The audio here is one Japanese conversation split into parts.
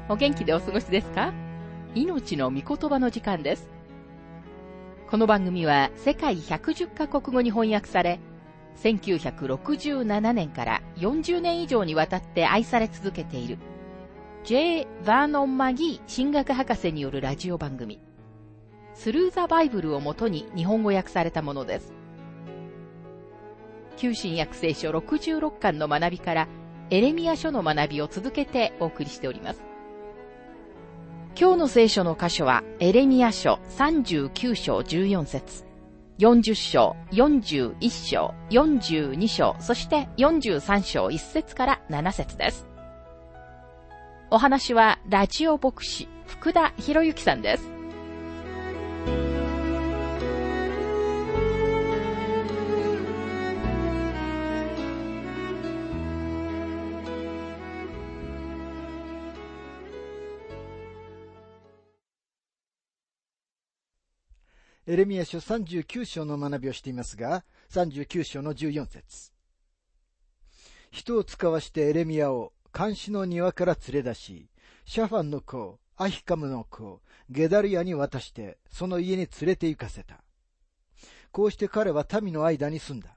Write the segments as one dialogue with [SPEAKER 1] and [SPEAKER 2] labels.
[SPEAKER 1] お元気でお過ごしですか？命の御言葉の時間です。この番組は世界110カ国語に翻訳され、1967年から40年以上にわたって愛され続けている J. バーノン・マギー神学博士によるラジオ番組、スルー・ザ・バイブルをもとに日本語訳されたものです。旧新約聖書66巻の学びからエレミヤ書の学びを続けてお送りしております。今日の聖書の箇所はエレミヤ書39章14節、40章、41章、42章、そして43章1節から7節です。お話はラジオ牧師福田博之さんです。
[SPEAKER 2] エレミヤ書39章の学びをしていますが、39章の14節。人を使わしてエレミヤを監視の庭から連れ出し、シャファンの子、アヒカムの子、ゲダルヤに渡して、その家に連れて行かせた。こうして彼は民の間に住んだ。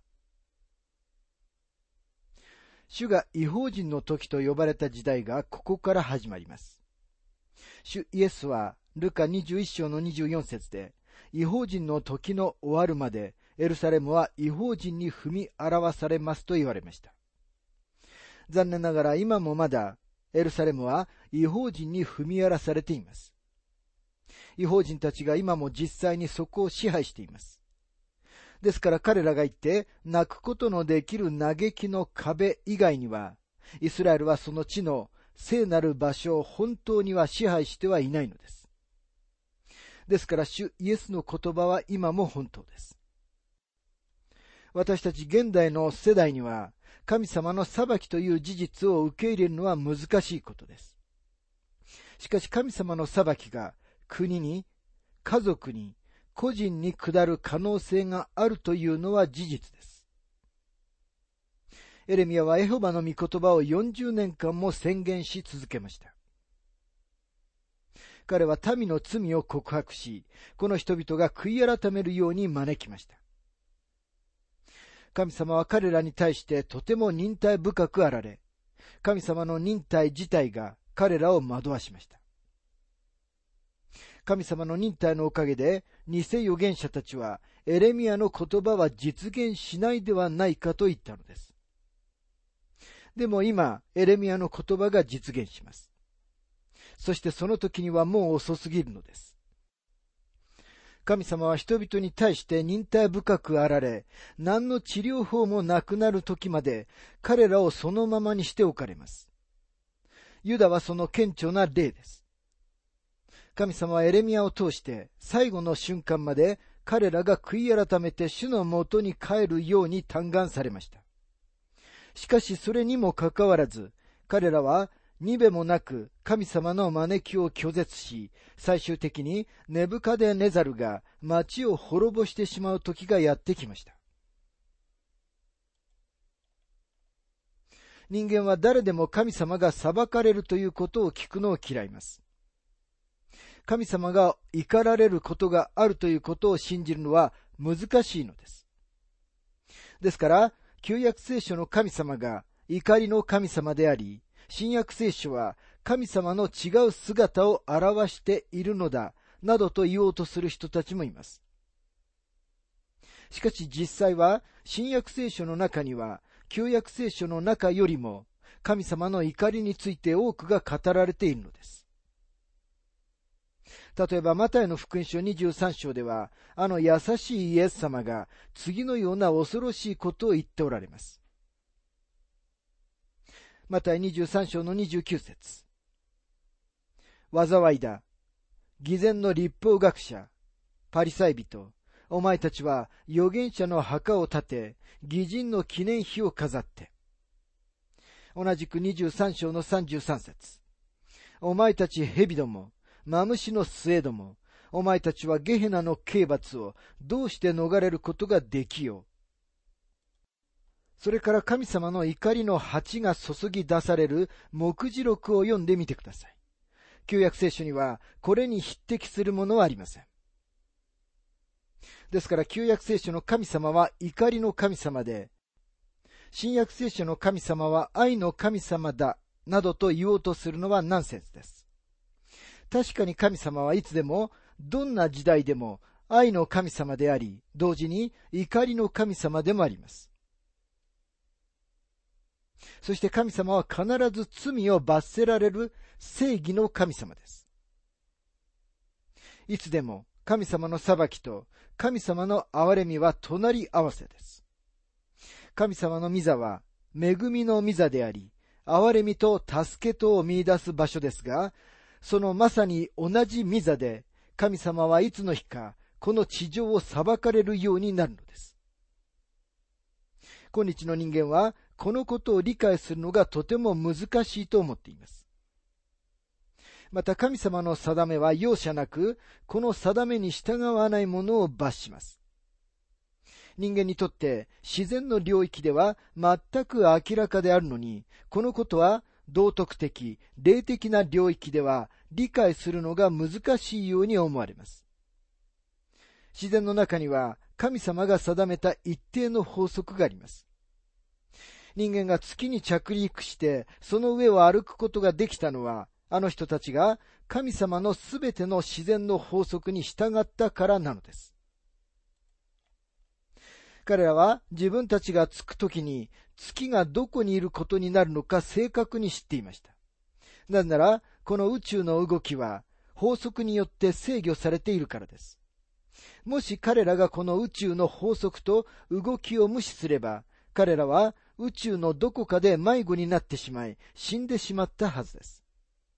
[SPEAKER 2] 主が異邦人の時と呼ばれた時代がここから始まります。主イエスはルカ21章の24節で、異邦人の時の終わるまでエルサレムは異邦人に踏み表されますと言われました。残念ながら今もまだエルサレムは異邦人に踏み荒らされています。異邦人たちが今も実際にそこを支配しています。ですから彼らが言って泣くことのできる嘆きの壁以外には、イスラエルはその地の聖なる場所を本当には支配してはいないのです。ですから主イエスの言葉は今も本当です。私たち現代の世代には神様の裁きという事実を受け入れるのは難しいことです。しかし神様の裁きが国に、家族に、個人に下る可能性があるというのは事実です。エレミヤはエホバの御言葉を40年間も宣言し続けました。彼は民の罪を告白し、この人々が悔い改めるように招きました。神様は彼らに対してとても忍耐深くあられ、神様の忍耐自体が彼らを惑わしました。神様の忍耐のおかげで、偽預言者たちはエレミヤの言葉は実現しないではないかと言ったのです。でも今、エレミヤの言葉が実現します。そしてその時にはもう遅すぎるのです。神様は人々に対して忍耐深くあられ、何の治療法もなくなる時まで彼らをそのままにしておかれます。ユダはその顕著な例です。神様はエレミヤを通して最後の瞬間まで彼らが悔い改めて主のもとに帰るように嘆願されました。しかしそれにもかかわらず、彼らはにべもなく神様の招きを拒絶し、最終的にネブカデネザルが町を滅ぼしてしまう時がやってきました。人間は誰でも神様が裁かれるということを聞くのを嫌います。神様が怒られることがあるということを信じるのは難しいのです。ですから、旧約聖書の神様が怒りの神様であり、新約聖書は神様の違う姿を表しているのだ、などと言おうとする人たちもいます。しかし実際は、新約聖書の中には、旧約聖書の中よりも、神様の怒りについて多くが語られているのです。例えば、マタイの福音書23章では、あの優しいイエス様が次のような恐ろしいことを言っておられます。マタイ23章の29節。災いだ。偽善の律法学者、パリサイ人、お前たちは預言者の墓を建て、義人の記念碑を飾って。同じく23章の33節。お前たち蛇ども、マムシの末ども、お前たちはゲヘナの刑罰をどうして逃れることができよう。それから神様の怒りの鉢が注ぎ出される目次録を読んでみてください。 旧約聖書にはこれに匹敵するものはありません。ですから旧約聖書の神様は怒りの神様で、新約聖書の神様は愛の神様だなどと言おうとするのはナンセンスです。確かに神様はいつでもどんな時代でも愛の神様であり、同時に怒りの神様でもあります。そして神様は必ず罪を罰せられる正義の神様です。いつでも神様の裁きと神様の憐れみは隣り合わせです。神様の御座は恵みの御座であり、憐れみと助けとを見出す場所ですが、そのまさに同じ御座で神様はいつの日かこの地上を裁かれるようになるのです。今日の人間はこのことを理解するのがとても難しいと思っています。また神様の定めは容赦なく、この定めに従わないものを罰します。人間にとって自然の領域では全く明らかであるのに、このことは道徳的、霊的な領域では理解するのが難しいように思われます。自然の中には神様が定めた一定の法則があります。人間が月に着陸してその上を歩くことができたのは、あの人たちが神様のすべての自然の法則に従ったからなのです。彼らは自分たちが着くときに月がどこにいることになるのか正確に知っていました。なぜなら、この宇宙の動きは法則によって制御されているからです。もし彼らがこの宇宙の法則と動きを無視すれば、彼らは宇宙のどこかで迷子になってしまい、死んでしまったはずです。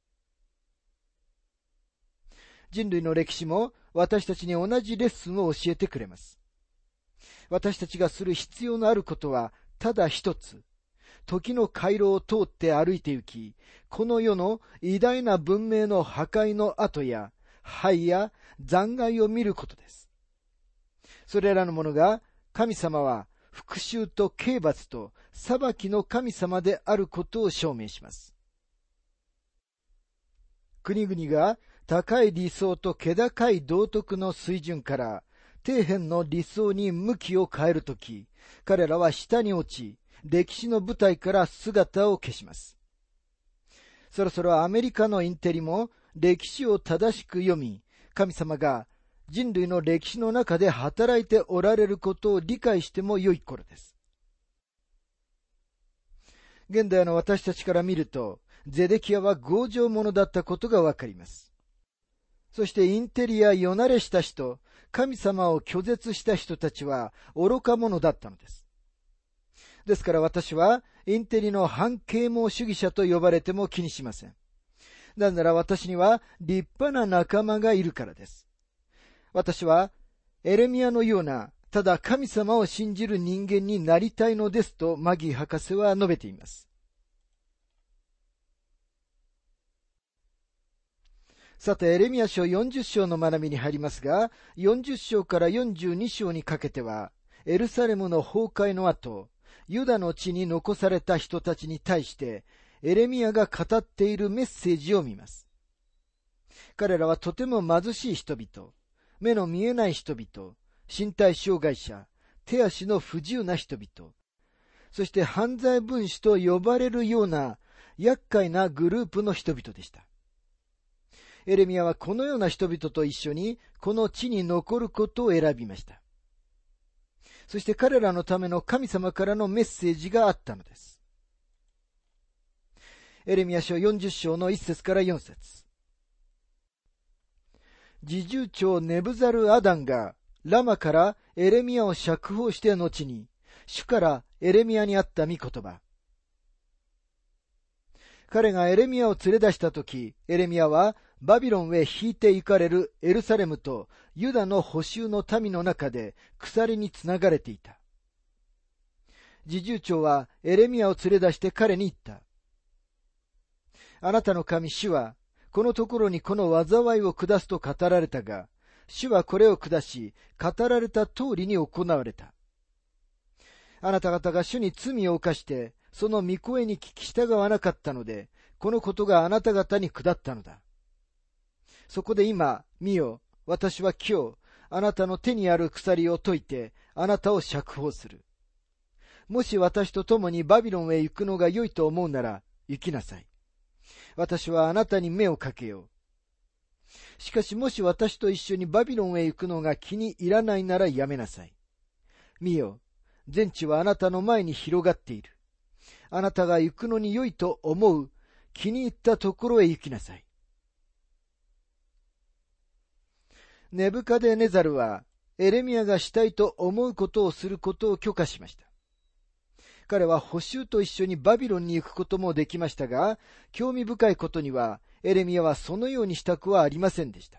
[SPEAKER 2] 人類の歴史も私たちに同じレッスンを教えてくれます。私たちがする必要のあることはただ一つ。時の回廊を通って歩いて行き、この世の偉大な文明の破壊の跡や灰や残骸を見ることです。それらのものが、神様は復讐と刑罰と裁きの神様であることを証明します。国々が高い理想と気高い道徳の水準から底辺の理想に向きを変えるとき、彼らは下に落ち、歴史の舞台から姿を消します。そろそろアメリカのインテリも歴史を正しく読み、神様が人類の歴史の中で働いておられることを理解してもよい頃です。現代の私たちから見ると、ゼデキヤは強情者だったことがわかります。そしてインテリやよなれした人、神様を拒絶した人たちは愚か者だったのです。ですから私はインテリの反啓蒙主義者と呼ばれても気にしません。なぜなら私には立派な仲間がいるからです。私はエレミヤのようなただ神様を信じる人間になりたいのですとマギー博士は述べています。さて、エレミヤ書40章の学びに入りますが、40章から42章にかけては、エルサレムの崩壊の後、ユダの地に残された人たちに対して、エレミヤが語っているメッセージを見ます。彼らはとても貧しい人々、目の見えない人々、身体障害者、手足の不自由な人々、そして犯罪分子と呼ばれるような厄介なグループの人々でした。エレミヤはこのような人々と一緒にこの地に残ることを選びました。そして彼らのための神様からのメッセージがあったのです。エレミヤ書40章の1節から4節。侍従長ネブザルアダンがラマからエレミヤを釈放して後に、主からエレミヤにあった御言葉。彼がエレミヤを連れ出したとき、エレミヤはバビロンへ引いて行かれるエルサレムとユダの捕囚の民の中で鎖につながれていた。侍従長はエレミヤを連れ出して彼に言った。あなたの神主はこのところにこの災いを下すと語られたが、主はこれを下し、語られた通りに行われた。あなた方が主に罪を犯して、その御声に聞き従わなかったので、このことがあなた方に下ったのだ。 そこで今、見よ、私は今日、あなたの手にある鎖を解いて、あなたを釈放する。もし私と共にバビロンへ行くのが良いと思うなら、行きなさい。私はあなたに目をかけよう。しかしもし私と一緒にバビロンへ行くのが気に入らないならやめなさい。見よ、全地はあなたの前に広がっている。あなたが行くのに良いと思う気に入ったところへ行きなさい。ネブカデネザルはエレミヤがしたいと思うことをすることを許可しました。彼は捕囚と一緒にバビロンに行くこともできましたが、興味深いことにはエレミヤはそのようにしたくはありませんでした。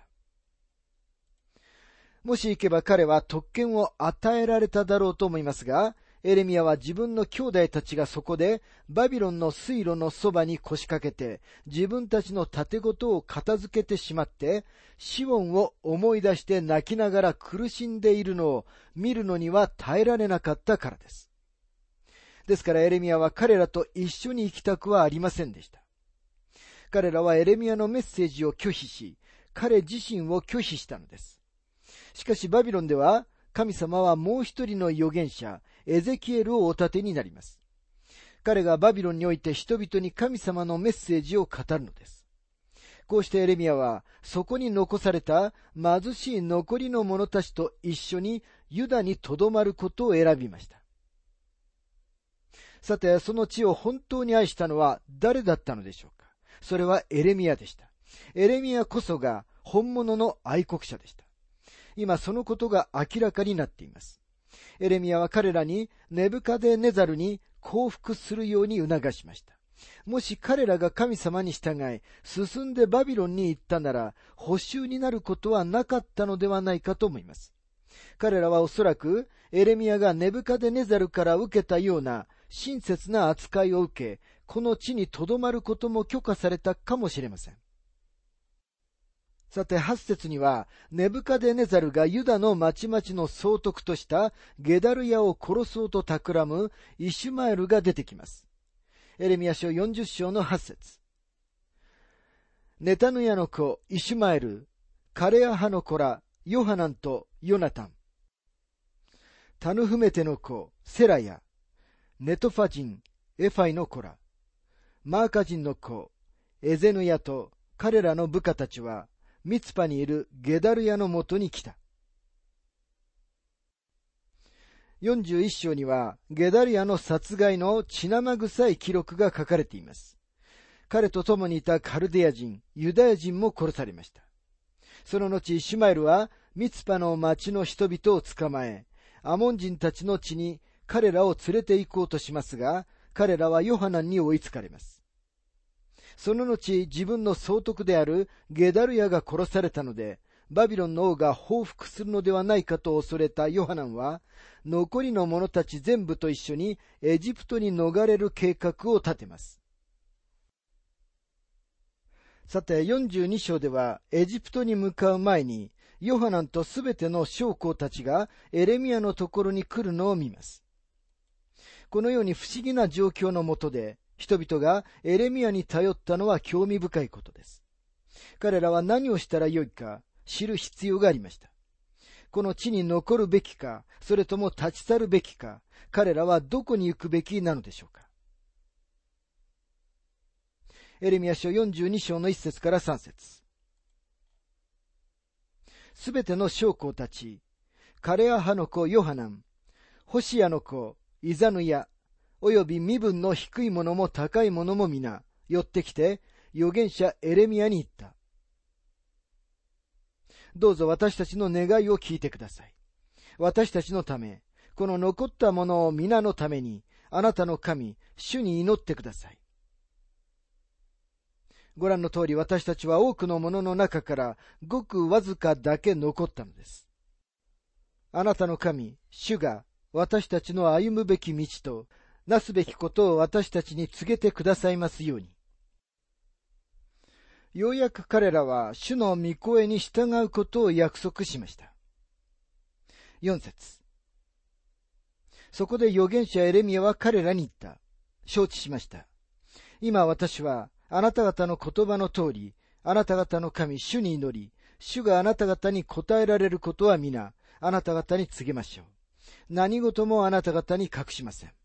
[SPEAKER 2] もし行けば彼は特権を与えられただろうと思いますが、エレミヤは自分の兄弟たちがそこでバビロンの水路のそばに腰掛けて自分たちの盾事を片付けてしまってシオンを思い出して泣きながら苦しんでいるのを見るのには耐えられなかったからです。ですからエレミヤは彼らと一緒に行きたくはありませんでした。彼らはエレミヤのメッセージを拒否し、彼自身を拒否したのです。しかしバビロンでは神様はもう一人の預言者エゼキエルをお立てになります。彼がバビロンにおいて人々に神様のメッセージを語るのです。こうしてエレミヤはそこに残された貧しい残りの者たちと一緒にユダにとどまることを選びました。さて、その地を本当に愛したのは誰だったのでしょうか。それはエレミヤでした。エレミヤこそが本物の愛国者でした。今そのことが明らかになっています。エレミヤは彼らにネブカデネザルに降伏するように促しました。もし彼らが神様に従い、進んでバビロンに行ったなら、捕囚になることはなかったのではないかと思います。彼らはおそらく、エレミヤがネブカデネザルから受けたような親切な扱いを受け、この地に留まることも許可されたかもしれません。さて、8節には、ネブカデネザルがユダの町々の総督としたゲダルヤを殺そうと企むイシュマエルが出てきます。エレミヤ書40章の8節。ネタヌヤの子イシュマエル、カレア派の子らヨハナンとヨナタン、タヌフメテの子セラヤ、ネトファ人エファイの子ら、マーカ人の子エゼヌヤと彼らの部下たちはミツパにいるゲダルヤのもとに来た。41章にはゲダルヤの殺害の血生臭い記録が書かれています。彼と共にいたカルデア人、ユダヤ人も殺されました。その後イシュマエルはミツパの町の人々を捕まえ、アモン人たちの地に彼らを連れて行こうとしますが、彼らはヨハナンに追いつかれます。その後、自分の総督であるゲダルヤが殺されたので、バビロンの王が報復するのではないかと恐れたヨハナンは、残りの者たち全部と一緒にエジプトに逃れる計画を立てます。さて、42章では、エジプトに向かう前に、ヨハナンとすべての将校たちがエレミヤのところに来るのを見ます。このように不思議な状況の下で、人々がエレミヤに頼ったのは興味深いことです。彼らは何をしたらよいか知る必要がありました。この地に残るべきか、それとも立ち去るべきか、彼らはどこに行くべきなのでしょうか。エレミヤ書42章の1節から3節。すべての将校たち、カレア派の子ヨハナン、ホシアの子イザヌヤ、および身分の低い者も高い者も皆、寄ってきて、預言者エレミヤに言った。どうぞ私たちの願いを聞いてください。私たちのため、この残った者を皆のために、あなたの神、主に祈ってください。ご覧の通り私たちは多くの者の中からごくわずかだけ残ったのです。あなたの神、主が私たちの歩むべき道と、なすべきことを私たちに告げてくださいますように。ようやく彼らは主の御声に従うことを約束しました。4節。そこで預言者エレミヤは彼らに言った。承知しました。今私はあなた方の言葉の通り、 あなた方の神、主に祈り、主があなた方に答えられることは皆、あなた方に告げましょう。何事もあなた方に隠しません。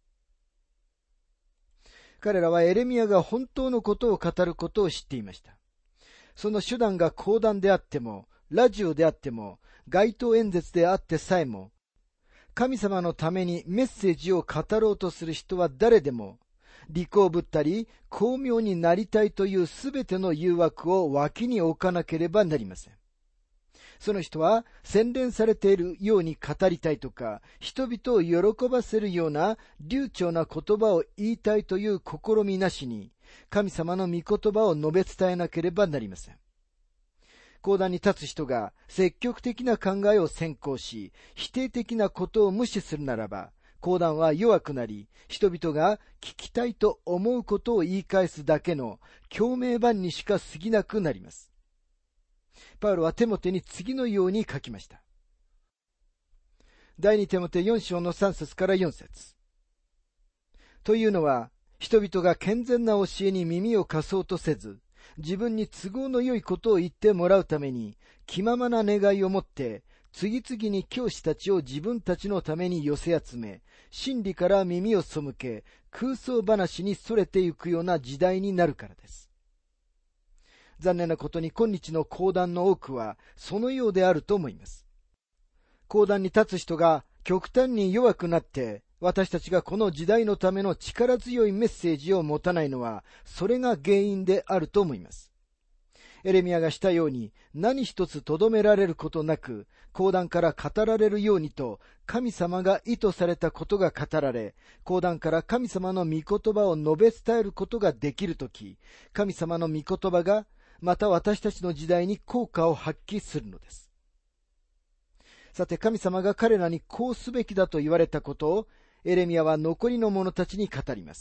[SPEAKER 2] 彼らはエレミヤが本当のことを語ることを知っていました。その手段が講談であっても、ラジオであっても、街頭演説であってさえも、神様のためにメッセージを語ろうとする人は誰でも、利口ぶったり巧妙になりたいというすべての誘惑を脇に置かなければなりません。その人は洗練されているように語りたいとか、人々を喜ばせるような流暢な言葉を言いたいという試みなしに、神様の御言葉を述べ伝えなければなりません。講談に立つ人が積極的な考えを先行し、否定的なことを無視するならば、講談は弱くなり、人々が聞きたいと思うことを言い返すだけの共鳴版にしか過ぎなくなります。パウロはテモテに次のように書きました。第2テモテ4章の3節から4節。というのは、人々が健全な教えに耳を貸そうとせず、自分に都合の良いことを言ってもらうために、気ままな願いを持って、次々に教師たちを自分たちのために寄せ集め、真理から耳を背け、空想話にそれてゆくような時代になるからです。残念なことに今日の講談の多くはそのようであると思います。講談に立つ人が極端に弱くなって、私たちがこの時代のための力強いメッセージを持たないのは、それが原因であると思います。エレミヤがしたように何一つとどめられることなく、講談から語られるようにと神様が意図されたことが語られ、講談から神様の御言葉を述べ伝えることができるとき、神様の御言葉がまた私たちの時代に効果を発揮するのです。さて、神様が彼らにこうすべきだと言われたことをエレミヤは残りの者たちに語ります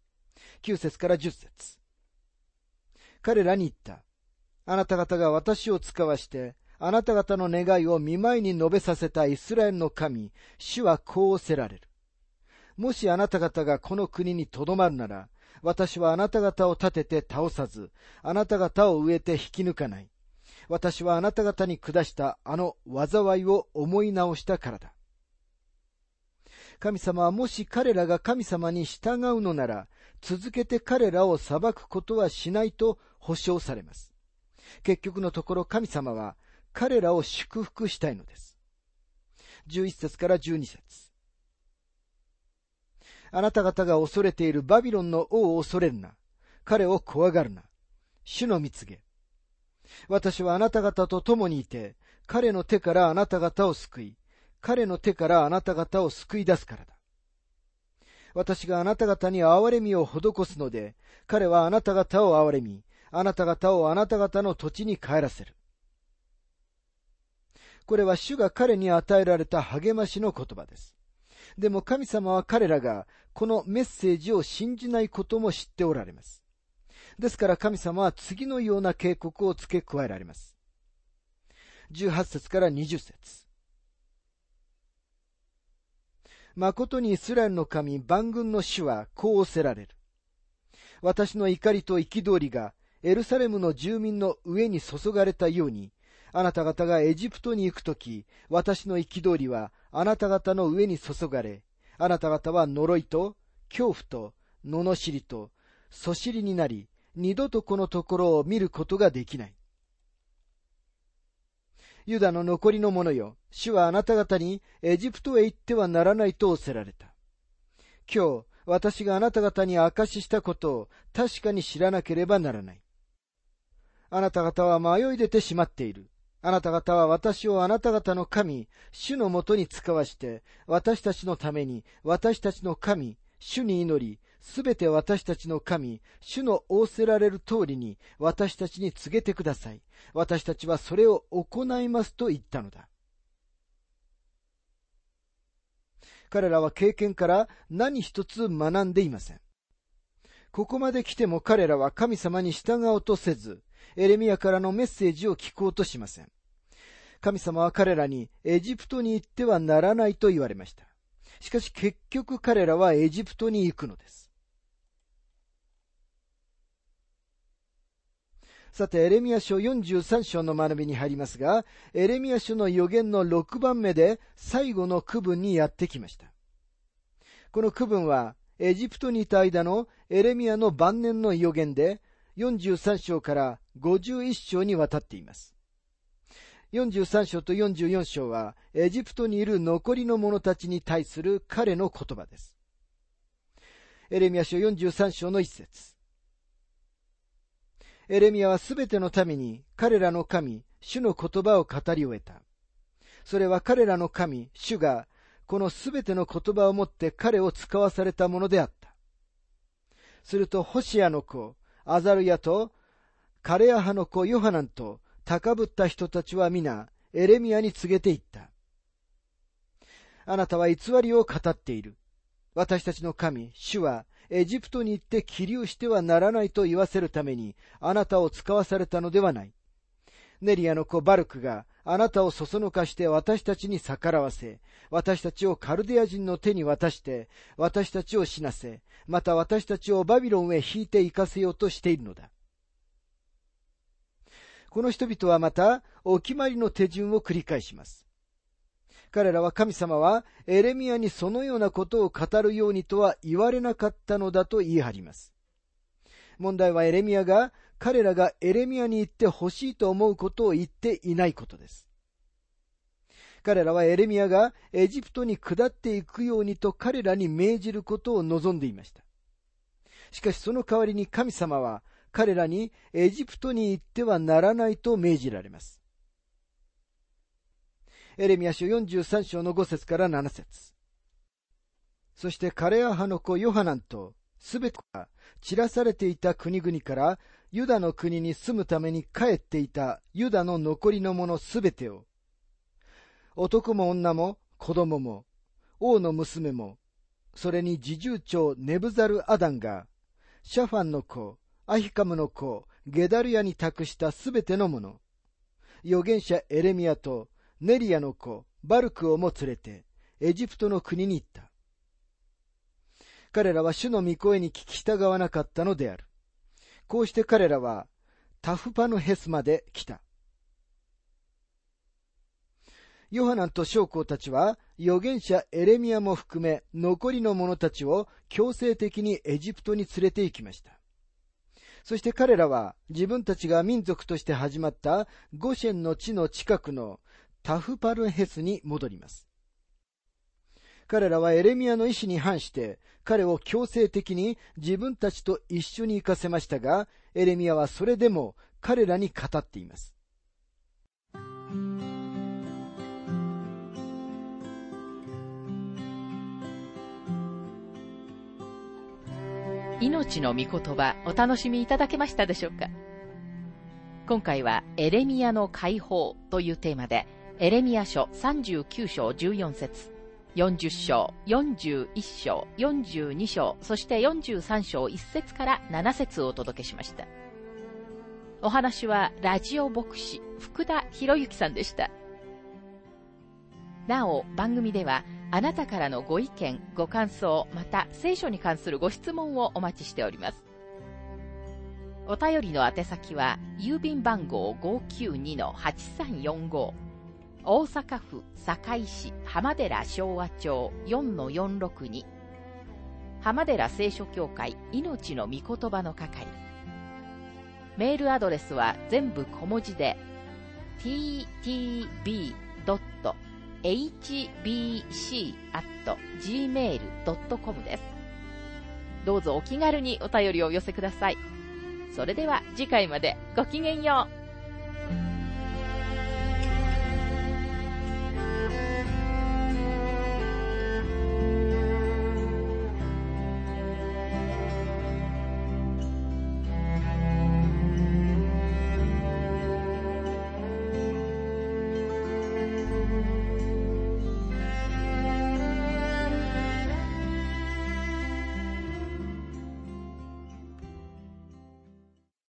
[SPEAKER 2] 。9節から10節。彼らに言った。あなた方が私を使わして、あなた方の願いを見舞いに述べさせたイスラエルの神、主はこうおせられる。もしあなた方がこの国にとどまるなら、私はあなた方を立てて倒さず、あなた方を植えて引き抜かない。私はあなた方に下したあの災いを思い直したからだ。神様はもし彼らが神様に従うのなら、続けて彼らを裁くことはしないと保証されます。結局のところ神様は彼らを祝福したいのです。11節から12節。あなた方が恐れているバビロンの王を恐れるな。彼を怖がるな。主の御告げ。私はあなた方と共にいて、彼の手からあなた方を救い、彼の手からあなた方を救い出すからだ。私があなた方に憐れみを施すので、彼はあなた方を憐れみ、あなた方をあなた方の土地に帰らせる。これは主が彼に与えられた励ましの言葉です。でも神様は彼らがこのメッセージを信じないことも知っておられます。ですから神様は次のような警告を付け加えられます。18節から20節。誠にイスラエルの神万軍の主はこう仰せられる。私の怒りと憤りがエルサレムの住民の上に注がれたように、あなた方がエジプトに行くとき、私の憤りはあなた方の上に注がれ、あなた方は呪いと恐怖と罵りとそしりになり、二度とこのところを見ることができない。ユダの残りの者よ、主はあなた方にエジプトへ行ってはならないと仰せられた。今日、私があなた方に証ししたことを確かに知らなければならない。あなた方は迷い出てしまっている。あなた方は私をあなた方の神、主のもとに使わして、私たちのために、私たちの神、主に祈り、すべて私たちの神、主の仰せられる通りに私たちに告げてください。私たちはそれを行いますと言ったのだ。彼らは経験から何一つ学んでいません。ここまで来ても彼らは神様に従おうとせず、エレミヤからのメッセージを聞こうとしません。神様は彼らにエジプトに行ってはならないと言われました。しかし結局彼らはエジプトに行くのです。 さて、エレミヤ書43章の学びに入りますが、エレミヤ書の預言の6番目で最後の区分にやってきました。この区分は、エジプトにいた間のエレミヤの晩年の預言で、43章から51章にわたっています。43章と44章は、エジプトにいる残りの者たちに対する彼の言葉です。エレミヤ書43章の一節。エレミヤはすべての民に彼らの神、主の言葉を語り終えた。それは彼らの神、主がこのすべての言葉をもって彼を使わされたものであった。するとホシアの子、アザルヤとカレア派の子ヨハナンと高ぶった人たちは皆エレミヤに告げていった。あなたは偽りを語っている。私たちの神、主はエジプトに行って起立してはならないと言わせるためにあなたを使わされたのではない。ネリアの子バルクがあなたをそそのかして私たちに逆らわせ、私たちをカルデア人の手に渡して私たちを死なせ、また私たちをバビロンへ引いて行かせようとしているのだ。この人々はまたお決まりの手順を繰り返します。彼らは神様はエレミヤにそのようなことを語るようにとは言われなかったのだと言い張ります。問題はエレミヤが彼らがエレミヤに言ってほしいと思うことを言っていないことです。彼らはエレミヤがエジプトに下っていくようにと彼らに命じることを望んでいました。しかしその代わりに神様は彼らにエジプトに行ってはならないと命じられます。エレミヤ書43章の5節から7節。そしてカレア派の子ヨハナンとすべてが散らされていた国々からユダの国に住むために帰っていたユダの残りの者すべてを、男も女も子供も王の娘も、それに侍従長ネブザルアダンがシャファンの子アヒカムの子ゲダルヤに託したすべての者、預言者エレミヤとネリアの子バルクをも連れてエジプトの国に行った。彼らは主の御声に聞き従わなかったのである。こうして彼らはタフパヌヘスまで来た。ヨハナンと将校たちは預言者エレミヤも含め残りの者たちを強制的にエジプトに連れて行きました。そして彼らは自分たちが民族として始まったゴシェンの地の近くのタフパルヘスに戻ります。彼らはエレミヤの意思に反して彼を強制的に自分たちと一緒に行かせましたが、エレミヤはそれでも彼らに語っています。
[SPEAKER 1] 命の御言葉、お楽しみいただけましたでしょうか。今回はエレミヤの解放というテーマで、エレミヤ書39章14節、40章、41章、42章、そして43章1節から7節をお届けしました。お話はラジオ牧師福田博之さんでした。なお、番組ではあなたからのご意見、ご感想、また聖書に関するご質問をお待ちしております。お便りの宛先は郵便番号 592-8345、大阪府堺市浜寺昭和町 4-462、浜寺聖書協会命の御言葉の係。メールアドレスは全部小文字で ttb.hbc@gmail.com です。どうぞお気軽にお便りをお寄せください。それでは次回までごきげんよう。